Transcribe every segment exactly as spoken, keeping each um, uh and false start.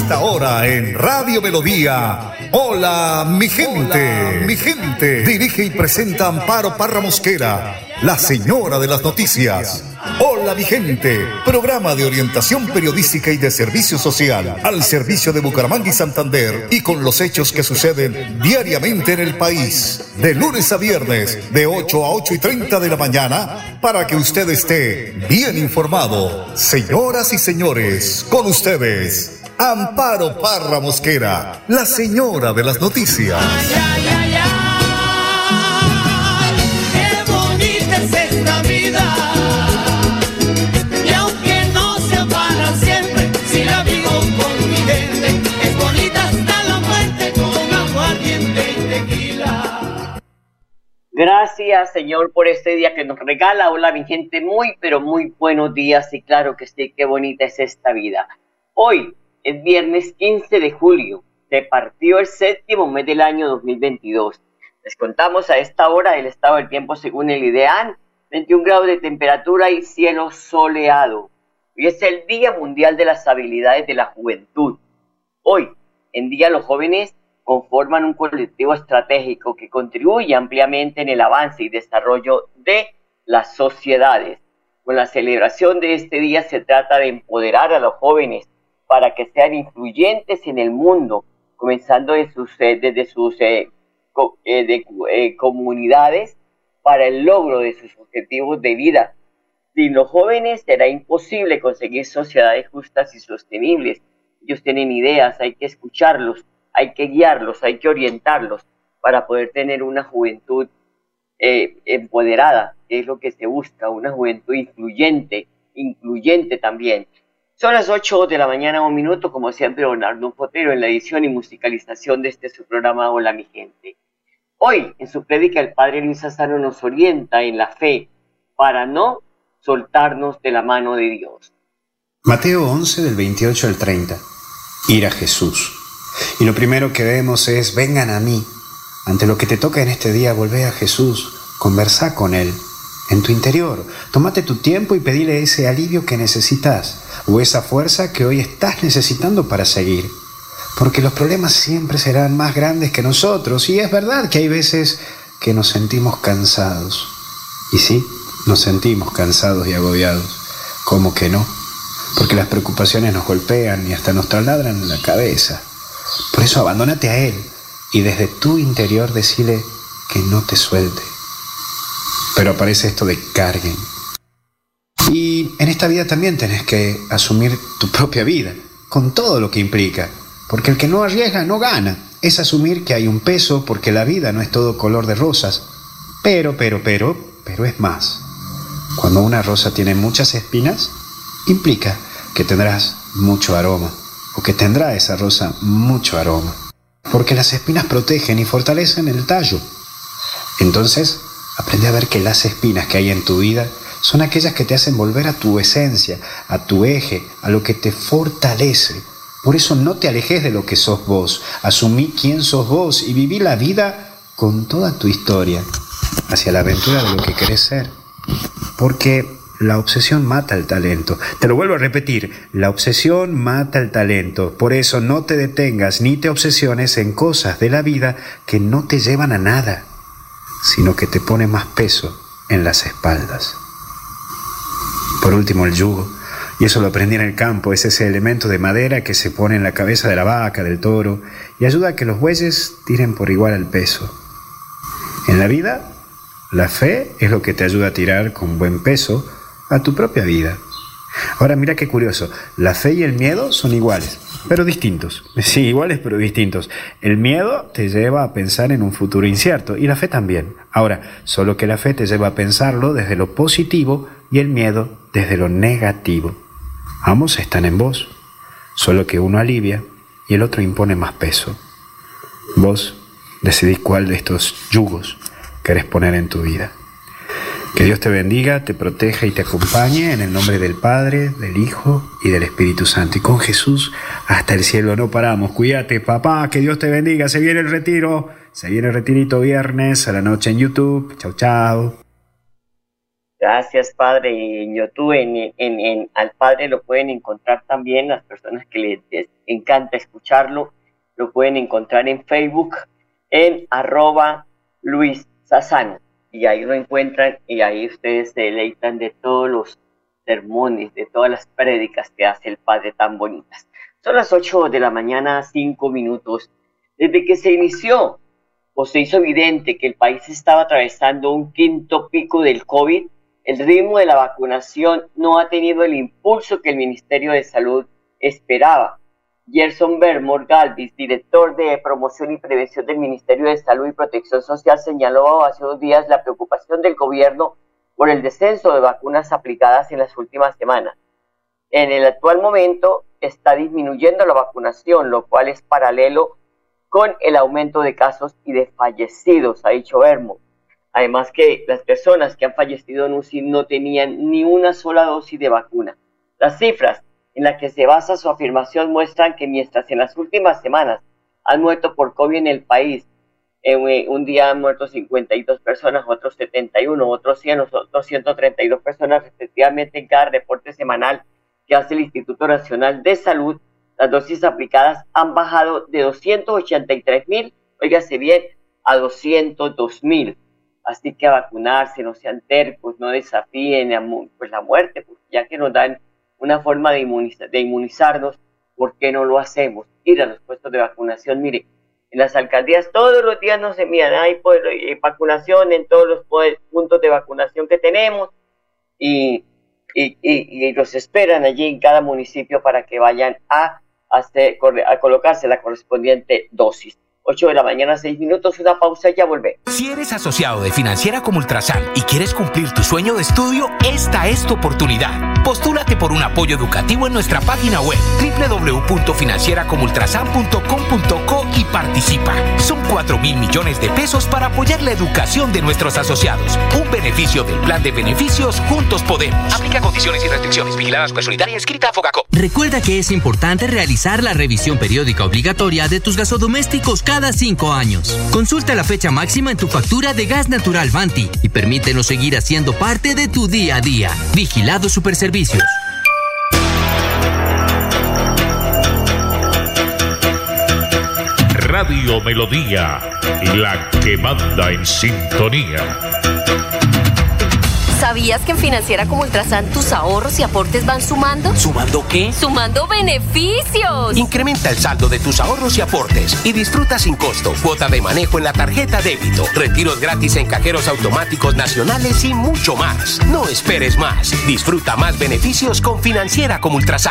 esta hora en Radio Melodía. Hola, mi gente. Hola, mi gente. Dirige y presenta Amparo Parra Mosquera, la señora de las noticias. Hola, mi gente. Programa de orientación periodística y de servicio social al servicio de Bucaramanga y Santander y con los hechos que suceden diariamente en el país. De lunes a viernes, de ocho a ocho y treinta de la mañana, para que usted esté bien informado. Señoras y señores, con ustedes, Amparo Parra Mosquera, la señora de las noticias. Ay, ay, ay, ay, qué bonita es esta vida. Y aunque no sea para siempre, si la vivo con mi gente, es bonita hasta la muerte con aguardiente y tequila. Gracias, Señor, por este día que nos regala. Hola, mi gente, muy, pero muy buenos días. Y claro que sí, qué bonita es esta vida. Hoy es viernes quince de julio, se partió el séptimo mes del año dos mil veintidós. Les contamos a esta hora el estado del tiempo según el IDEAN, veintiún grados de temperatura y cielo soleado. Hoy es el Día Mundial de las Habilidades de la Juventud. Hoy en día los jóvenes conforman un colectivo estratégico que contribuye ampliamente en el avance y desarrollo de las sociedades. Con la celebración de este día se trata de empoderar a los jóvenes para que sean influyentes en el mundo, comenzando de sus, desde sus eh, co, eh, de, eh, comunidades para el logro de sus objetivos de vida. Sin los jóvenes será imposible conseguir sociedades justas y sostenibles. Ellos tienen ideas, hay que escucharlos, hay que guiarlos, hay que orientarlos para poder tener una juventud eh, empoderada, que es lo que se busca, una juventud influyente, incluyente también. Son las ocho de la mañana, un minuto, como siempre, Bernardo Potero en la edición y musicalización de este su programa Hola, mi gente. Hoy, en su prédica, el Padre Luis Sassano nos orienta en la fe para no soltarnos de la mano de Dios. Mateo once, del veintiocho al treinta. Ir a Jesús. Y lo primero que vemos es, vengan a mí. Ante lo que te toca en este día, volvé a Jesús, conversá con Él. En tu interior, tómate tu tiempo y pedile ese alivio que necesitas o esa fuerza que hoy estás necesitando para seguir. Porque los problemas siempre serán más grandes que nosotros y es verdad que hay veces que nos sentimos cansados. Y sí, nos sentimos cansados y agobiados. ¿Cómo que no? Porque las preocupaciones nos golpean y hasta nos taladran la cabeza. Por eso abandónate a Él y desde tu interior decile que no te suelte. Pero aparece esto de carguen. Y en esta vida también tenés que asumir tu propia vida, con todo lo que implica. Porque el que no arriesga no gana. Es asumir que hay un peso, porque la vida no es todo color de rosas. Pero, pero, pero, pero es más. Cuando una rosa tiene muchas espinas, implica que tendrás mucho aroma, o que tendrá esa rosa mucho aroma. Porque las espinas protegen y fortalecen el tallo. Entonces, aprende a ver que las espinas que hay en tu vida son aquellas que te hacen volver a tu esencia, a tu eje, a lo que te fortalece. Por eso no te alejes de lo que sos vos. Asumí quién sos vos y viví la vida con toda tu historia, hacia la aventura de lo que querés ser. Porque la obsesión mata el talento. Te lo vuelvo a repetir, la obsesión mata el talento. Por eso no te detengas ni te obsesiones en cosas de la vida que no te llevan a nada, sino que te pone más peso en las espaldas. Por último, el yugo, y eso lo aprendí en el campo, es ese elemento de madera que se pone en la cabeza de la vaca, del toro, y ayuda a que los bueyes tiren por igual el peso. En la vida, la fe es lo que te ayuda a tirar con buen peso a tu propia vida. Ahora mira qué curioso, la fe y el miedo son iguales, pero distintos. Sí, iguales pero distintos. El miedo te lleva a pensar en un futuro incierto y la fe también. Ahora, solo que la fe te lleva a pensarlo desde lo positivo y el miedo desde lo negativo. Ambos están en vos, solo que uno alivia y el otro impone más peso. Vos decidís cuál de estos yugos querés poner en tu vida. Que Dios te bendiga, te proteja y te acompañe en el nombre del Padre, del Hijo y del Espíritu Santo. Y con Jesús hasta el cielo no paramos. Cuídate, papá, que Dios te bendiga. Se viene el retiro, se viene el retirito viernes a la noche en YouTube. Chau, chau. Gracias, Padre. En YouTube, en, en, en, al Padre lo pueden encontrar también, las personas que les, les encanta escucharlo, lo pueden encontrar en Facebook, en arroba Luis Sassano, y ahí lo encuentran, y ahí ustedes se deleitan de todos los sermones, de todas las prédicas que hace el Padre tan bonitas. Son las ocho de la mañana, cinco minutos. Desde que se inició, o se hizo evidente que el país estaba atravesando un quinto pico del COVID, el ritmo de la vacunación no ha tenido el impulso que el Ministerio de Salud esperaba. Gerson Bermor Galvis, director de Promoción y Prevención del Ministerio de Salud y Protección Social, señaló hace unos días la preocupación del gobierno por el descenso de vacunas aplicadas en las últimas semanas. En el actual momento está disminuyendo la vacunación, lo cual es paralelo con el aumento de casos y de fallecidos, ha dicho Bermor. Además que las personas que han fallecido en U C I no tenían ni una sola dosis de vacuna. Las cifras en las que se basa su afirmación muestran que mientras en las últimas semanas han muerto por COVID en el país, en un día han muerto cincuenta y dos personas, otros setenta y uno, otros cien, otros ciento treinta y dos personas respectivamente en cada reporte semanal que hace el Instituto Nacional de Salud, las dosis aplicadas han bajado de doscientos ochenta y tres mil, óigase bien, a doscientos dos mil. Así que a vacunarse, no sean tercos, no desafíen a, pues, la muerte, porque ya que nos dan una forma de, inmunizar, de inmunizarnos, ¿por qué no lo hacemos? Ir a los puestos de vacunación. Mire, en las alcaldías todos los días nos envían, hay pues, vacunación en todos los puntos de vacunación que tenemos y, y, y, y los esperan allí en cada municipio para que vayan a, hacer, a colocarse la correspondiente dosis. ocho de la mañana, seis minutos, una pausa y ya volvemos. Si eres asociado de Financiera como Ultrasan y quieres cumplir tu sueño de estudio, esta es tu oportunidad. Postúlate por un apoyo educativo en nuestra página web doble u doble u doble u punto financiera como ultrasan punto com punto co y participa. Son cuatro mil millones de pesos para apoyar la educación de nuestros asociados. Un beneficio del Plan de Beneficios Juntos Podemos. Aplica condiciones y restricciones. Vigilada Supersolidaria inscrita a Fogacop. Recuerda que es importante realizar la revisión periódica obligatoria de tus gasodomésticos cada cinco años. Consulta la fecha máxima en tu factura de gas natural Vanti y permítenos seguir haciendo parte de tu día a día. Vigilado Superservicios. Radio Melodía, la que manda en sintonía. ¿Sabías que en Financiera como Ultrasan tus ahorros y aportes van sumando? ¿Sumando qué? ¡Sumando beneficios! Incrementa el saldo de tus ahorros y aportes y disfruta sin costo cuota de manejo en la tarjeta débito, retiros gratis en cajeros automáticos nacionales y mucho más. No esperes más. Disfruta más beneficios con Financiera como Ultrasan.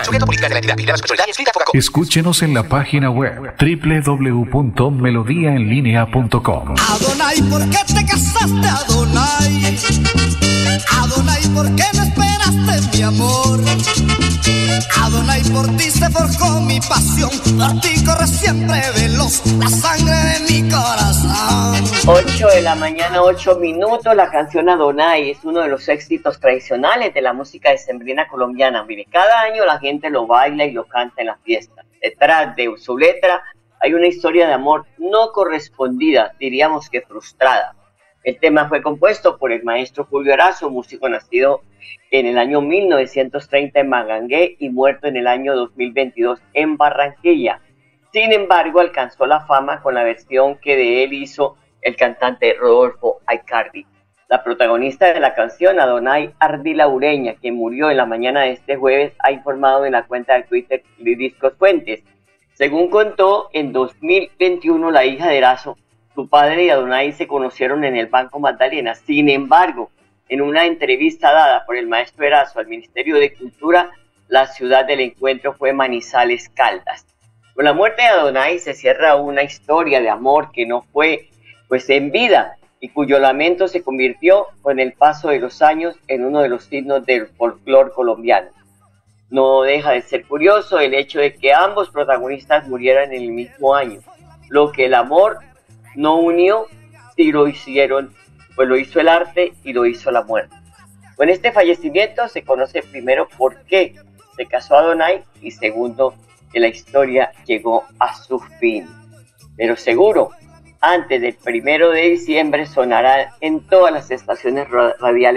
Escúchenos en la página web doble u doble u doble u punto melodía en línea punto com. Adonai, ¿por qué te casaste, Adonai? Adonai, ¿por qué no esperaste mi amor? Adonai, por ti se forjó mi pasión, por ti corre siempre veloz la sangre de mi corazón. ocho de la mañana, ocho minutos, la canción Adonai es uno de los éxitos tradicionales de la música decembrina colombiana. Mire, cada año la gente lo baila y lo canta en las fiestas. Detrás de su letra hay una historia de amor no correspondida, diríamos que frustrada. El tema fue compuesto por el maestro Julio Erazo, músico nacido en el año mil novecientos treinta en Magangué y muerto en el año dos mil veintidós en Barranquilla. Sin embargo, alcanzó la fama con la versión que de él hizo el cantante Rodolfo Aicardi. La protagonista de la canción, Adonai Ardila Ureña, quien murió en la mañana de este jueves, ha informado en la cuenta de Twitter de Discos Fuentes. Según contó, en dos mil veintiuno la hija de Erazo, su padre y Adonai se conocieron en el Banco Magdalena. Sin embargo, en una entrevista dada por el maestro Erazo al Ministerio de Cultura, la ciudad del encuentro fue Manizales, Caldas. Con la muerte de Adonai se cierra una historia de amor que no fue pues en vida y cuyo lamento se convirtió con el paso de los años en uno de los signos del folclore colombiano. No deja de ser curioso el hecho de que ambos protagonistas murieran en el mismo año, lo que el amor no unió, sí lo hicieron, pues lo hizo el arte y lo hizo la muerte. Con este fallecimiento se conoce primero por qué se casó Adonai y segundo que la historia llegó a su fin. Pero seguro, antes del primero de diciembre sonará en todas las estaciones radiales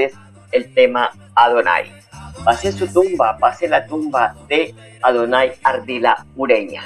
el tema Adonai. Pase su tumba, pase la tumba de Adonai Ardila Ureña.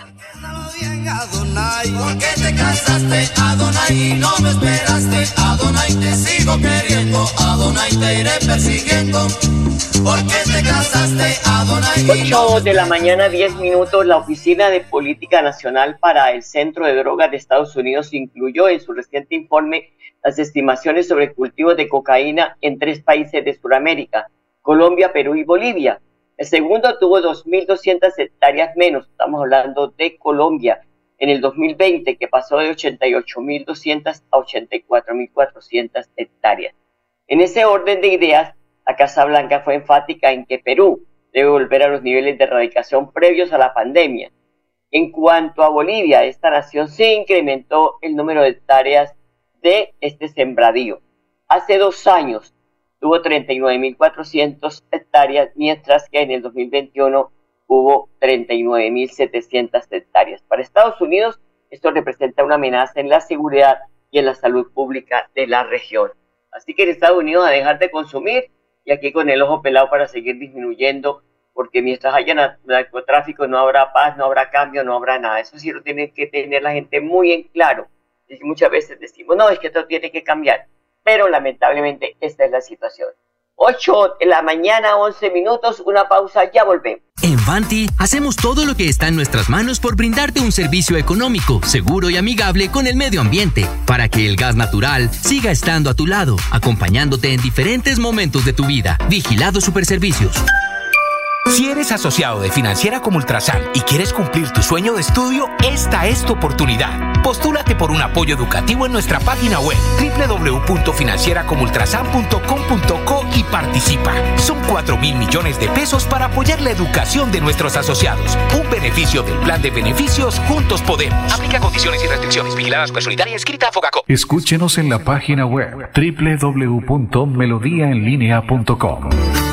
Adonai, ¿por qué te casaste, Adonai, y no me esperaste? Adonai, te sigo queriendo, Adonai, te iré persiguiendo. ¿Por qué te casaste, Adonai? ocho de la mañana, diez minutos, la Oficina de Política Nacional para el Centro de Drogas de Estados Unidos incluyó en su reciente informe las estimaciones sobre cultivos de cocaína en tres países de Sudamérica, Colombia, Perú y Bolivia. El segundo tuvo dos mil doscientas hectáreas menos, estamos hablando de Colombia, en el dos mil veinte, que pasó de ochenta y ocho mil doscientas a ochenta y cuatro mil cuatrocientas hectáreas. En ese orden de ideas, la Casa Blanca fue enfática en que Perú debe volver a los niveles de erradicación previos a la pandemia. En cuanto a Bolivia, esta nación sí incrementó el número de hectáreas de este sembradío. Hace dos años tuvo treinta y nueve mil cuatrocientas hectáreas, mientras que en el dos mil veintiuno hubo treinta y nueve mil setecientas hectáreas. Para Estados Unidos, esto representa una amenaza en la seguridad y en la salud pública de la región. Así que en Estados Unidos a dejar de consumir y aquí con el ojo pelado para seguir disminuyendo, porque mientras haya narcotráfico no habrá paz, no habrá cambio, no habrá nada. Eso sí lo tiene que tener la gente muy en claro. Y muchas veces decimos, no, es que esto tiene que cambiar. Pero lamentablemente esta es la situación. ocho de la mañana, once minutos, una pausa, ya volvemos. En Vanti hacemos todo lo que está en nuestras manos por brindarte un servicio económico, seguro y amigable con el medio ambiente, para que el gas natural siga estando a tu lado, acompañándote en diferentes momentos de tu vida. Vigilado Superservicios. Si eres asociado de Financiera como Ultrasan y quieres cumplir tu sueño de estudio, esta es tu oportunidad. Postúlate por un apoyo educativo en nuestra página web doble u doble u doble u punto financiera como ultrasan punto com punto co y participa. Son cuatro mil millones de pesos para apoyar la educación de nuestros asociados. Un beneficio del plan de beneficios Juntos Podemos. Aplica condiciones y restricciones. Vigilada Supersolidaria, inscrita a Fogacop. Escúchenos en la página web doble u doble u doble u punto melodía en línea punto com.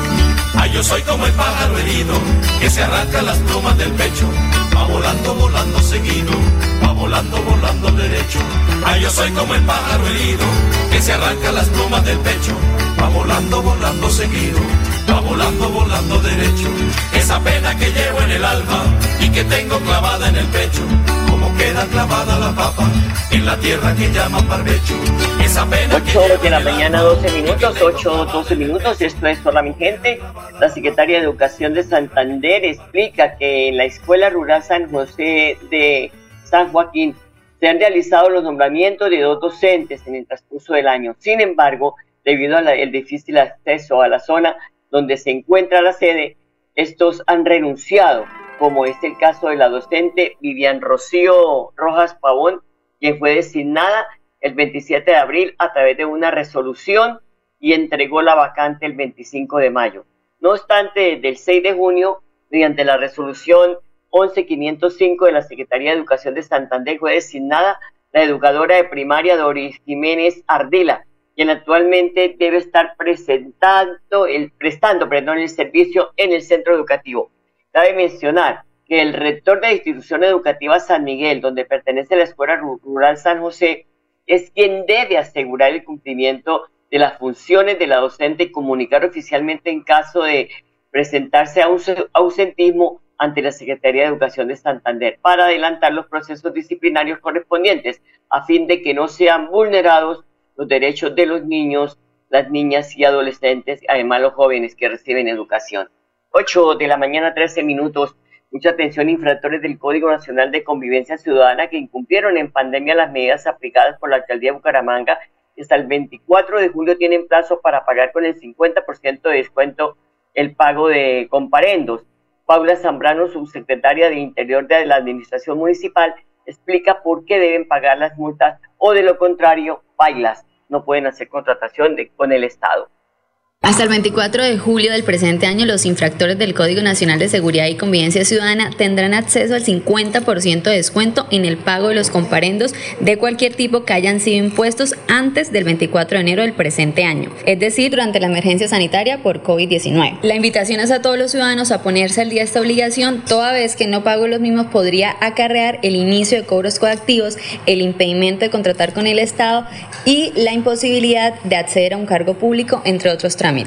Ay, yo soy como el pájaro herido que se arranca las plumas del pecho. Va volando, volando seguido, va volando, volando derecho. Ay, yo soy como el pájaro herido que se arranca las plumas del pecho. Va volando, volando seguido, va volando, volando derecho. Esa pena que llevo en el alma y que tengo clavada en el pecho, como queda clavada la papa en la tierra que llaman barbecho. Esa pena que ocho de la mañana, doce minutos, ocho, doce minutos, esto es Hola mi gente. La Secretaría de Educación de Santander explica que en la Escuela Rural San José de San Joaquín se han realizado los nombramientos de dos docentes en el transcurso del año. Sin embargo, debido al difícil acceso a la zona donde se encuentra la sede, estos han renunciado, como es el caso de la docente Vivian Rocío Rojas Pavón, quien fue designada el veintisiete de abril a través de una resolución y entregó la vacante el veinticinco de mayo. No obstante, desde el seis de junio, mediante la resolución once mil quinientos cinco de la Secretaría de Educación de Santander, fue designada la educadora de primaria Doris Jiménez Ardila, quien actualmente debe estar presentando el, prestando perdón, el servicio en el centro educativo. Cabe mencionar que el rector de la institución educativa San Miguel, donde pertenece la Escuela Rural San José, es quien debe asegurar el cumplimiento de las funciones de la docente y comunicar oficialmente en caso de presentarse a un ausentismo ante la Secretaría de Educación de Santander para adelantar los procesos disciplinarios correspondientes a fin de que no sean vulnerados los derechos de los niños, las niñas y adolescentes, además los jóvenes que reciben educación. ocho de la mañana, trece minutos. Mucha atención, infractores del Código Nacional de Convivencia Ciudadana que incumplieron en pandemia las medidas aplicadas por la Alcaldía de Bucaramanga. Hasta el veinticuatro de julio tienen plazo para pagar con el cincuenta por ciento de descuento el pago de comparendos. Paula Zambrano, subsecretaria de Interior de la Administración Municipal, explica por qué deben pagar las multas o de lo contrario, bailas, no pueden hacer contratación de, con el Estado. Hasta el veinticuatro de julio del presente año, los infractores del Código Nacional de Seguridad y Convivencia Ciudadana tendrán acceso al cincuenta por ciento de descuento en el pago de los comparendos de cualquier tipo que hayan sido impuestos antes del veinticuatro de enero del presente año, es decir, durante la emergencia sanitaria por COVID diecinueve. La invitación es a todos los ciudadanos a ponerse al día de esta obligación, toda vez que no pago los mismos podría acarrear el inicio de cobros coactivos, el impedimento de contratar con el Estado y la imposibilidad de acceder a un cargo público, entre otros trámites. Bueno,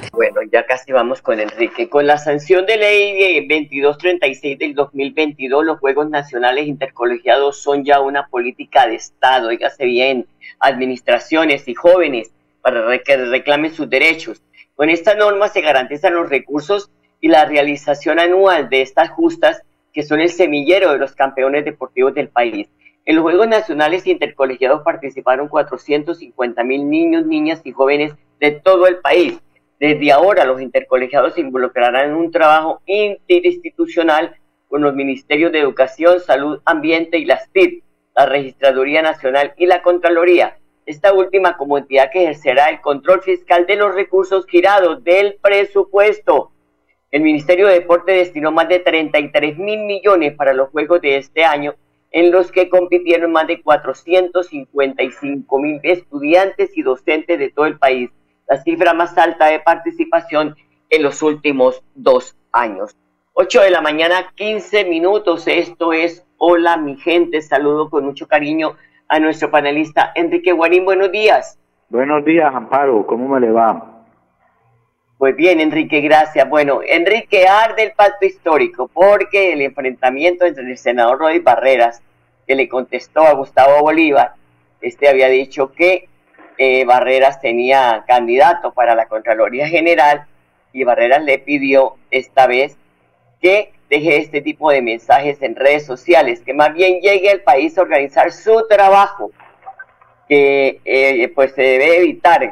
ya casi vamos con Enrique. Con la sanción de ley veintidós treinta y seis del dos mil veintidós, los Juegos Nacionales Intercolegiados son ya una política de Estado. Óigase bien, administraciones y jóvenes para que reclamen sus derechos. Con esta norma se garantizan los recursos y la realización anual de estas justas, que son el semillero de los campeones deportivos del país. En los Juegos Nacionales Intercolegiados participaron cuatrocientos cincuenta mil niños, niñas y jóvenes de todo el país. Desde ahora, los intercolegiados se involucrarán en un trabajo interinstitucional con los Ministerios de Educación, Salud, Ambiente y las T I C, la Registraduría Nacional y la Contraloría. Esta última como entidad que ejercerá el control fiscal de los recursos girados del presupuesto. El Ministerio de Deporte destinó más de treinta y tres mil millones para los Juegos de este año, en los que compitieron más de cuatrocientos cincuenta y cinco mil estudiantes y docentes de todo el país, la cifra más alta de participación en los últimos dos años. ocho de la mañana, quince minutos, esto es Hola mi gente, saludo con mucho cariño a nuestro panelista Enrique Guarín, buenos días. Buenos días, Amparo, ¿cómo me le va? Pues bien, Enrique, gracias. Bueno, Enrique, arde el pacto histórico porque el enfrentamiento entre el senador Roy Barreras, que le contestó a Gustavo Bolívar, este había dicho que eh, Barreras tenía candidato para la Contraloría General y Barreras le pidió esta vez que deje este tipo de mensajes en redes sociales, que más bien llegue al país a organizar su trabajo, que eh, pues se debe evitar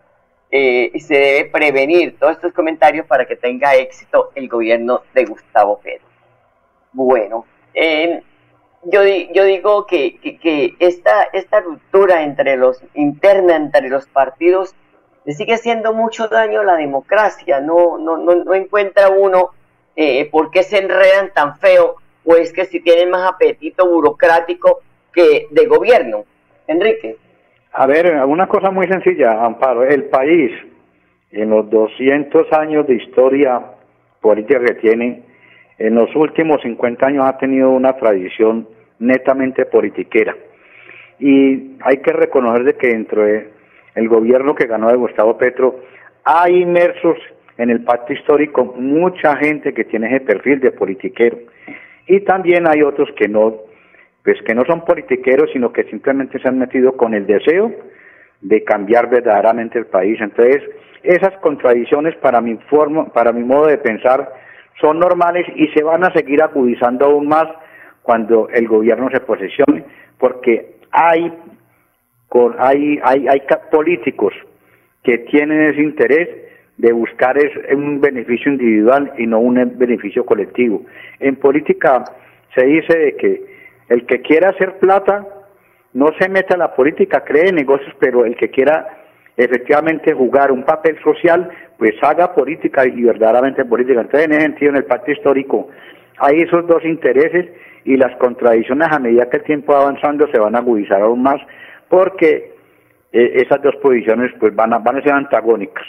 Eh, y se debe prevenir todos estos comentarios para que tenga éxito el gobierno de Gustavo Petro. Bueno, eh, yo, yo digo que, que, que esta, esta ruptura entre los interna entre los partidos le sigue haciendo mucho daño a la democracia. No, no, no, no encuentra uno eh, por qué se enredan tan feo, o es que si tienen más apetito burocrático que de gobierno. Enrique. A ver, una cosa muy sencilla, Amparo. El país, en los doscientos años de historia política que tiene, en los últimos cincuenta años ha tenido una tradición netamente politiquera. Y hay que reconocer de que dentro del gobierno que ganó de Gustavo Petro, hay inmersos en el pacto histórico mucha gente que tiene ese perfil de politiquero. Y también hay otros que no, pues que no son politiqueros, sino que simplemente se han metido con el deseo de cambiar verdaderamente el país. Entonces, esas contradicciones para mi forma, para mi modo de pensar, son normales y se van a seguir agudizando aún más cuando el gobierno se posesione, porque hay, con, hay, hay, hay políticos que tienen ese interés de buscar es un beneficio individual y no un beneficio colectivo. En política se dice de que el que quiera hacer plata no se mete a la política, cree en negocios, pero el que quiera efectivamente jugar un papel social, pues haga política y verdaderamente política. Entonces, en ese sentido, en el pacto histórico hay esos dos intereses y las contradicciones a medida que el tiempo va avanzando se van a agudizar aún más, porque eh, esas dos posiciones pues van a, van a ser antagónicas.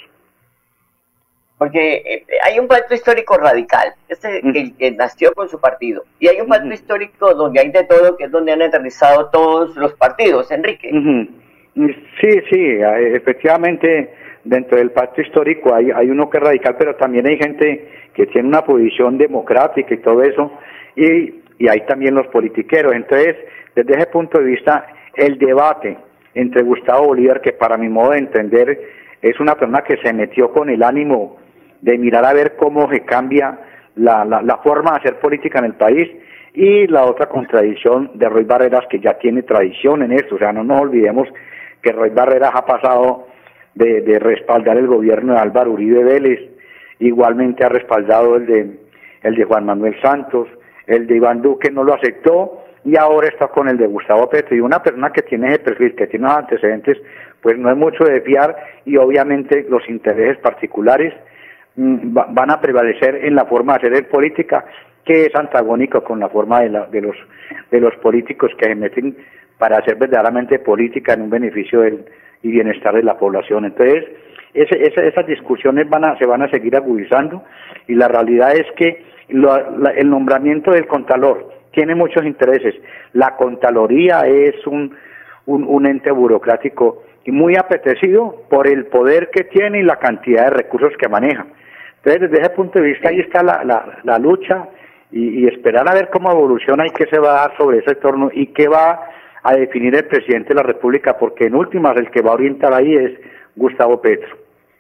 Porque eh, hay un pacto histórico radical, este uh-huh. que, que nació con su partido, y hay un pacto uh-huh. histórico donde hay de todo, que es donde han aterrizado todos los partidos, Enrique. Uh-huh. Sí, sí, efectivamente, dentro del pacto histórico hay, hay uno que es radical, pero también hay gente que tiene una posición democrática y todo eso, y, y hay también los politiqueros. Entonces, desde ese punto de vista, el debate entre Gustavo Bolívar, que para mi modo de entender es una persona que se metió con el ánimo de mirar a ver cómo se cambia la, la, la forma de hacer política en el país, y la otra contradicción de Roy Barreras, que ya tiene tradición en esto. O sea, no nos olvidemos que Roy Barreras ha pasado de, de respaldar el gobierno de Álvaro Uribe Vélez, igualmente ha respaldado el de, el de Juan Manuel Santos, el de Iván Duque no lo aceptó, y ahora está con el de Gustavo Petro. Y una persona que tiene ese perfil, que tiene unos antecedentes, pues no es mucho de fiar, y obviamente los intereses particulares mmm, va, van a prevalecer en la forma de hacer política, que es antagónica con la forma de, la, de los de los políticos que se meten para hacer verdaderamente política en un beneficio del, y bienestar de la población. Entonces, ese, ese, esas discusiones van a, se van a seguir agudizando, y la realidad es que lo, la, el nombramiento del Contralor tiene muchos intereses. La Contraloría es un, un, un ente burocrático y muy apetecido por el poder que tiene y la cantidad de recursos que maneja. Entonces, desde ese punto de vista, ahí está la, la, la lucha y, y esperar a ver cómo evoluciona y qué se va a dar sobre ese entorno y qué va a definir el presidente de la República, porque en últimas el que va a orientar ahí es Gustavo Petro.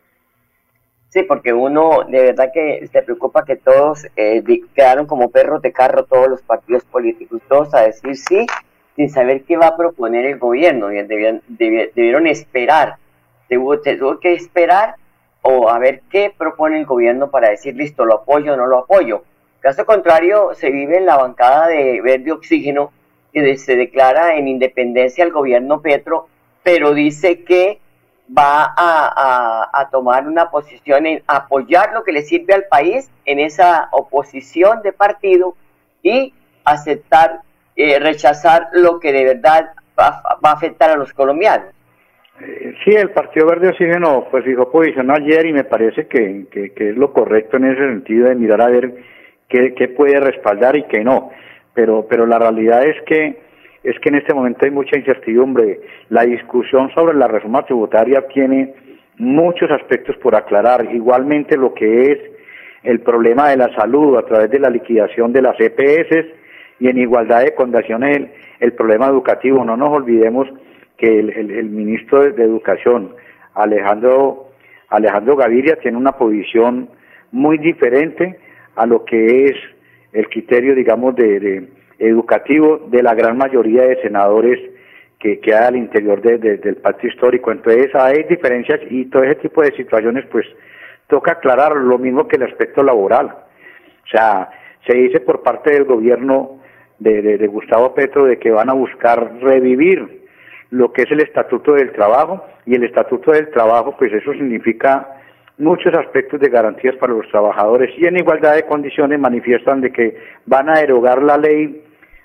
Sí, porque uno de verdad que se preocupa que todos eh, quedaron como perros de carro, todos los partidos políticos, todos a decir sí, sin saber qué va a proponer el gobierno. Debieron, debieron esperar, se tuvo, se tuvo que esperar o a ver qué propone el gobierno para decir listo, lo apoyo o no lo apoyo. Caso contrario, se vive en la bancada de Verde Oxígeno, que se declara en independencia al gobierno Petro, pero dice que va a, a, a tomar una posición en apoyar lo que le sirve al país en esa oposición de partido y aceptar, eh, rechazar lo que de verdad va, va a afectar a los colombianos. Eh, sí, el Partido Verde Oxígeno pues fijó posición ayer y me parece que, que, que es lo correcto en ese sentido de mirar a ver qué, qué puede respaldar y qué no, pero, pero la realidad es que es que en este momento hay mucha incertidumbre. La discusión sobre la reforma tributaria tiene muchos aspectos por aclarar, igualmente lo que es el problema de la salud a través de la liquidación de las E P S y en igualdad de condiciones el, el problema educativo. No nos olvidemos que el, el, el ministro de, de Educación, Alejandro, Alejandro Gaviria, tiene una posición muy diferente a lo que es el criterio, digamos, de... de educativo de la gran mayoría de senadores que, que hay al interior de, de, del pacto histórico. Entonces hay diferencias y todo ese tipo de situaciones pues toca aclarar, lo mismo que el aspecto laboral. O sea, se dice por parte del gobierno de, de, de Gustavo Petro de que van a buscar revivir lo que es el Estatuto del Trabajo, y el Estatuto del Trabajo pues eso significa muchos aspectos de garantías para los trabajadores, y en igualdad de condiciones manifiestan de que van a derogar la ley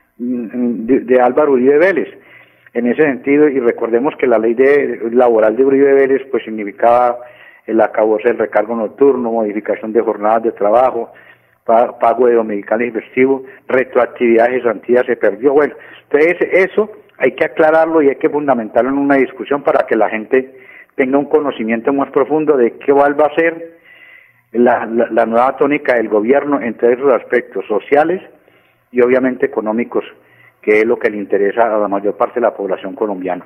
de, de Álvaro Uribe Vélez en ese sentido, y recordemos que la ley de, laboral de Uribe Vélez pues significaba el acabose del recargo nocturno, modificación de jornadas de trabajo, pago de dominicales y festivos, retroactividad de cesantías se perdió. Bueno, entonces eso hay que aclararlo y hay que fundamentarlo en una discusión para que la gente tenga un conocimiento más profundo de qué va a ser la, la, la nueva tónica del gobierno entre esos aspectos sociales y obviamente económicos, que es lo que le interesa a la mayor parte de la población colombiana.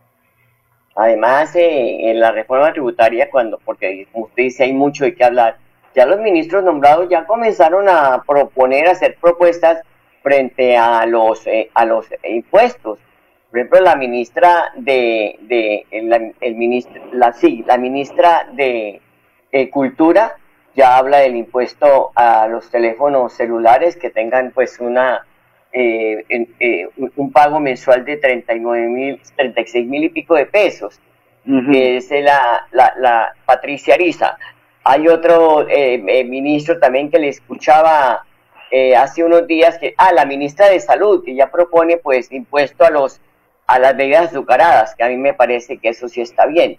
Además, eh, en la reforma tributaria, cuando, porque como usted dice, hay mucho de qué hablar, ya los ministros nombrados ya comenzaron a proponer, a hacer propuestas frente a los, eh, a los impuestos. Por ejemplo, la ministra de, de la, el ministro, la, sí, la ministra de eh, Cultura ya habla del impuesto a los teléfonos celulares que tengan pues una eh, en, eh, un, un pago mensual de treinta y nueve mil, treinta y seis mil y pico de pesos, uh-huh. que es la, la, la Patricia Ariza. Hay otro eh, eh, ministro también que le escuchaba eh, hace unos días, que ah, la ministra de Salud, que ya propone pues impuesto a los a las bebidas azucaradas, que a mí me parece que eso sí está bien.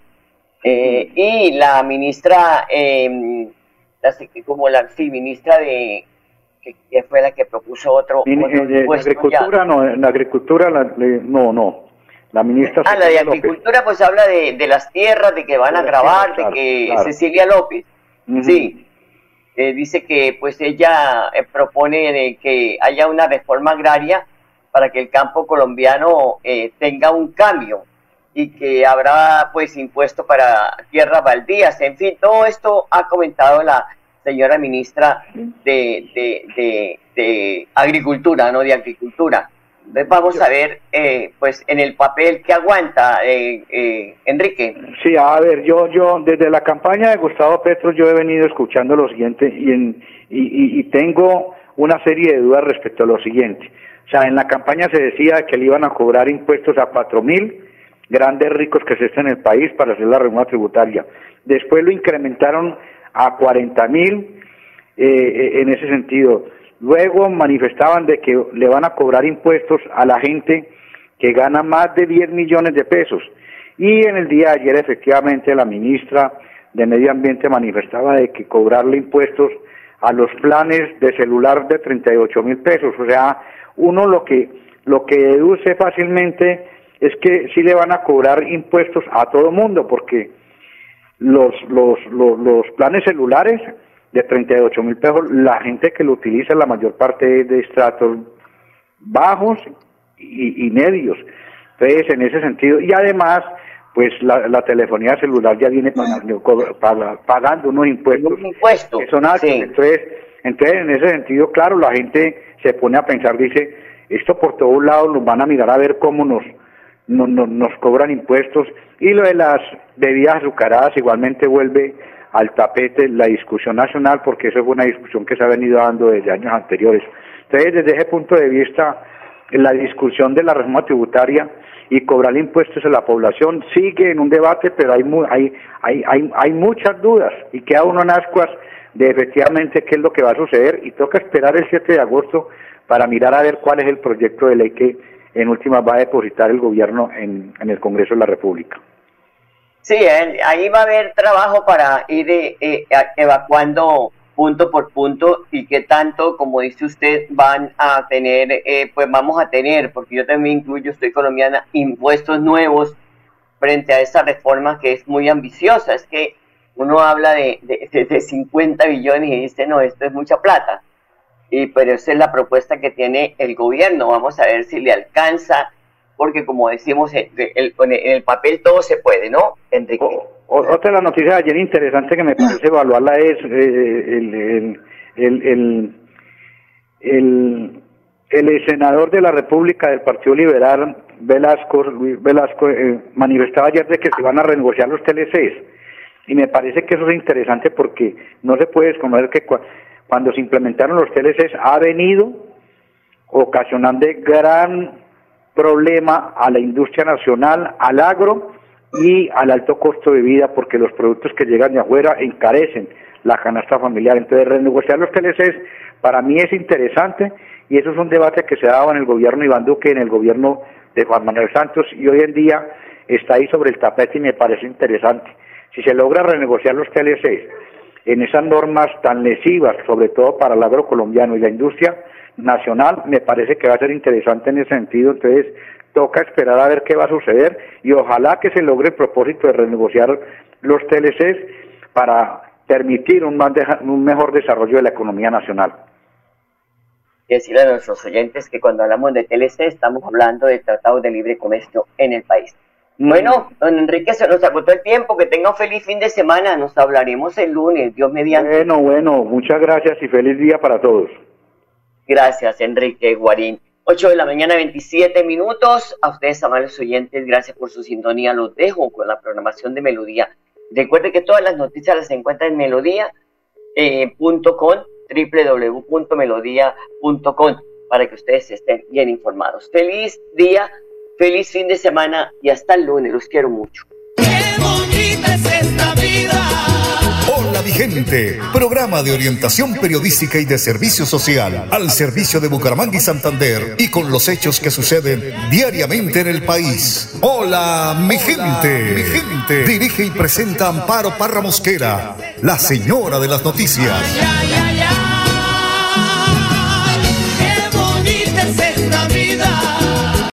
Eh, y la ministra, eh, la, como la sí, ministra de, que, que fue la que propuso otro, Min, otro eh, impuesto. La agricultura, ya. no, la agricultura, la, le, no, no. La ministra... Ah, la de agricultura pues habla de, de las tierras, de que van de a grabar, tierras, de que claro. Cecilia López, uh-huh. sí, eh, dice que pues ella eh, propone de que haya una reforma agraria para que el campo colombiano eh, tenga un cambio y que habrá pues impuesto para tierras baldías. En fin, todo esto ha comentado la señora ministra de, de, de, de Agricultura, ¿no? De Agricultura. Entonces vamos a ver pues pues en el papel que aguanta eh, eh, Enrique. Sí, a ver, yo yo desde la campaña de Gustavo Petro yo he venido escuchando lo siguiente y, en, y, y, y tengo una serie de dudas respecto a lo siguiente. O sea, en la campaña se decía que le iban a cobrar impuestos a cuatro mil grandes ricos que se están en el país para hacer la reforma tributaria. Después lo incrementaron a cuarenta mil eh, en ese sentido. Luego manifestaban de que le van a cobrar impuestos a la gente que gana más de diez millones de pesos. Y en el día de ayer efectivamente la ministra de Medio Ambiente manifestaba de que cobrarle impuestos a los planes de celular de treinta y ocho mil pesos. O sea, uno lo que lo que deduce fácilmente es que sí le van a cobrar impuestos a todo mundo, porque los, los, los, los planes celulares de treinta y ocho mil pesos, la gente que lo utiliza, la mayor parte es de estratos bajos y, y medios. Entonces, en ese sentido, y además, pues la, la telefonía celular ya viene pagando, pagando unos impuestos, impuestos que son altos. Sí. Entonces, entonces, en ese sentido, claro, la gente se pone a pensar, dice, esto por todos lados nos van a mirar a ver cómo nos, no, no, nos cobran impuestos. Y lo de las bebidas azucaradas igualmente vuelve al tapete la discusión nacional, porque eso fue una discusión que se ha venido dando desde años anteriores. Entonces, desde ese punto de vista, la discusión de la reforma tributaria y cobrar impuestos a la población sigue en un debate, pero hay, mu hay, hay, hay, hay muchas dudas y queda uno en ascuas de efectivamente qué es lo que va a suceder, y toca esperar el siete de agosto para mirar a ver cuál es el proyecto de ley que en últimas va a depositar el gobierno en, en el Congreso de la República. Sí, ahí va a haber trabajo para ir eh, eh, evacuando punto por punto y qué tanto, como dice usted, van a tener, eh, pues vamos a tener, porque yo también incluyo, estoy colombiana, impuestos nuevos frente a esa reforma que es muy ambiciosa. Es que uno habla de, de, de cincuenta billones y dice, no, esto es mucha plata. Y pero esa es la propuesta que tiene el gobierno. Vamos a ver si le alcanza, porque como decimos, el, el, en el papel todo se puede, ¿no, Enrique? O, otra de las noticias de ayer interesante que me parece evaluarla es eh, el, el, el, el, el, el senador de la República del Partido Liberal, Velasco, Luis Velasco, eh, manifestaba ayer de que se van a renegociar los T L Cs. Y me parece que eso es interesante porque no se puede desconocer que cu cuando se implementaron los T L Cs ha venido ocasionando gran problema a la industria nacional, al agro y al alto costo de vida, porque los productos que llegan de afuera encarecen la canasta familiar. Entonces, renegociar los T L Cs para mí es interesante, y eso es un debate que se daba en el gobierno de Iván Duque, en el gobierno de Juan Manuel Santos, y hoy en día está ahí sobre el tapete y me parece interesante. Si se logra renegociar los T L Cs en esas normas tan lesivas, sobre todo para el agro colombiano y la industria nacional, me parece que va a ser interesante en ese sentido. Entonces toca esperar a ver qué va a suceder, y ojalá que se logre el propósito de renegociar los T L Cs para permitir un, más un mejor desarrollo de la economía nacional. Decirle a nuestros oyentes que cuando hablamos de T L C estamos hablando de tratados de libre comercio en el país. Bueno, don Enrique, se nos agotó el tiempo. Que tenga un feliz fin de semana. Nos hablaremos el lunes, Dios mediante. Bueno, bueno, muchas gracias y feliz día para todos. Gracias, Enrique Guarín. ocho de la mañana, veintisiete minutos. A ustedes, amables oyentes, gracias por su sintonía. Los dejo con la programación de Melodía. Recuerden que todas las noticias las encuentran en melodía punto com, doble u doble u doble u punto melodía punto com, para que ustedes estén bien informados. Feliz día, feliz fin de semana y hasta el lunes. Los quiero mucho. ¡Qué bonita es esta vida! Hola mi gente, programa de orientación periodística y de servicio social al servicio de Bucaramanga y Santander, y con los hechos que suceden diariamente en el país. Hola mi gente, mi gente. Dirige y presenta Amparo Parra Mosquera, la señora de las noticias. Ay, ay, ay, qué bonita es esta vida.